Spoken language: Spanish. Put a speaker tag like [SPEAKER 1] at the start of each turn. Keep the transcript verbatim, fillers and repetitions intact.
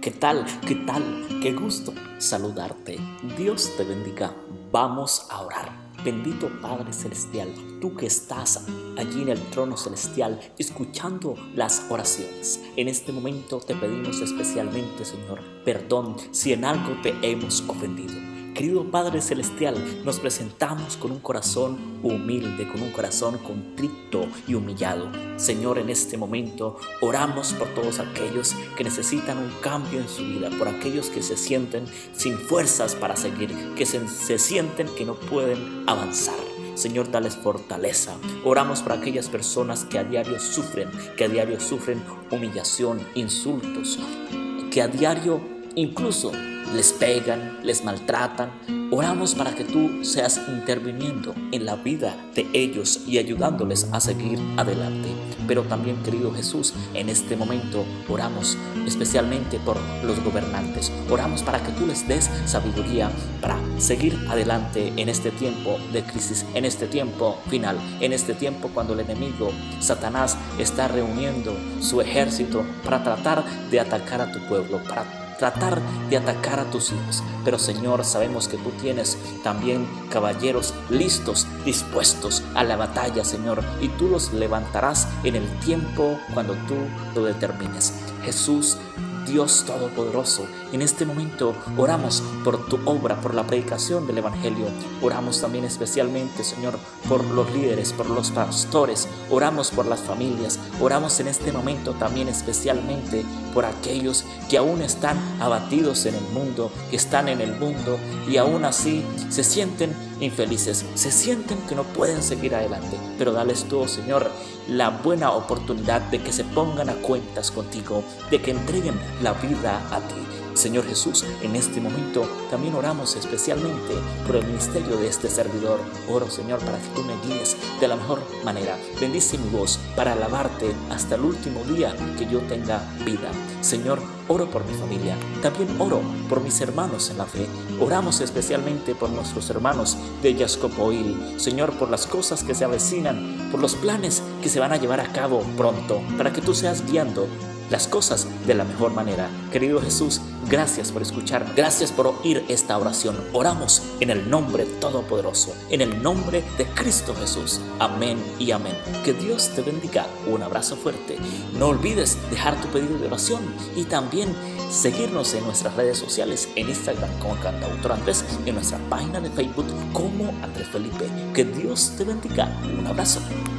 [SPEAKER 1] ¿Qué tal? ¿Qué tal? Qué gusto saludarte. Dios te bendiga. Vamos a orar. Bendito Padre Celestial, tú que estás allí en el trono celestial escuchando las oraciones. En este momento te pedimos especialmente, Señor, perdón si en algo te hemos ofendido. Querido Padre Celestial, nos presentamos con un corazón humilde, con un corazón contrito y humillado. Señor, en este momento oramos por todos aquellos que necesitan un cambio en su vida, por aquellos que se sienten sin fuerzas para seguir, que se, se sienten que no pueden avanzar. Señor, dales fortaleza. Oramos por aquellas personas que a diario sufren, que a diario sufren humillación, insultos, que a diario incluso les pegan, les maltratan. Oramos para que tú seas interviniendo en la vida de ellos y ayudándoles a seguir adelante. Pero también, querido Jesús, en este momento oramos especialmente por los gobernantes. Oramos para que tú les des sabiduría para seguir adelante en este tiempo de crisis, en este tiempo final, en este tiempo cuando el enemigo, Satanás, está reuniendo su ejército para tratar de atacar a tu pueblo, para tratar de atacar a tus hijos. Pero Señor, sabemos que tú tienes también caballeros listos, dispuestos a la batalla, Señor, y tú los levantarás en el tiempo cuando tú lo determines. Jesús, Dios Todopoderoso, en este momento oramos por tu obra, por la predicación del Evangelio. Oramos también especialmente, Señor, por los líderes, por los pastores. Oramos por las familias. Oramos en este momento también especialmente por aquellos que aún están abatidos en el mundo, que están en el mundo y aún así se sienten infelices, se sienten que no pueden seguir adelante. Pero dales tú, Señor, la buena oportunidad de que se pongan a cuentas contigo, de que entreguen la vida a ti. Señor Jesús, en este momento también oramos especialmente por el ministerio de este servidor. Oro, Señor, para que tú me guíes de la mejor manera. Bendice mi voz para alabarte hasta el último día que yo tenga vida. Señor, oro por mi familia. También oro por mis hermanos en la fe. Oramos especialmente por nuestros hermanos de Yaxcopoil. Señor, por las cosas que se avecinan, por los planes que se van a llevar a cabo pronto, para que tú seas guiando las cosas de la mejor manera. Querido Jesús, gracias por escuchar, gracias por oír esta oración. Oramos en el nombre todopoderoso, en el nombre de Cristo Jesús. Amén y amén. Que Dios te bendiga. Un abrazo fuerte. No olvides dejar tu pedido de oración y también seguirnos en nuestras redes sociales, en Instagram como Cantautor Andrés, en nuestra página de Facebook como Andrés Felipe. Que Dios te bendiga. Un abrazo.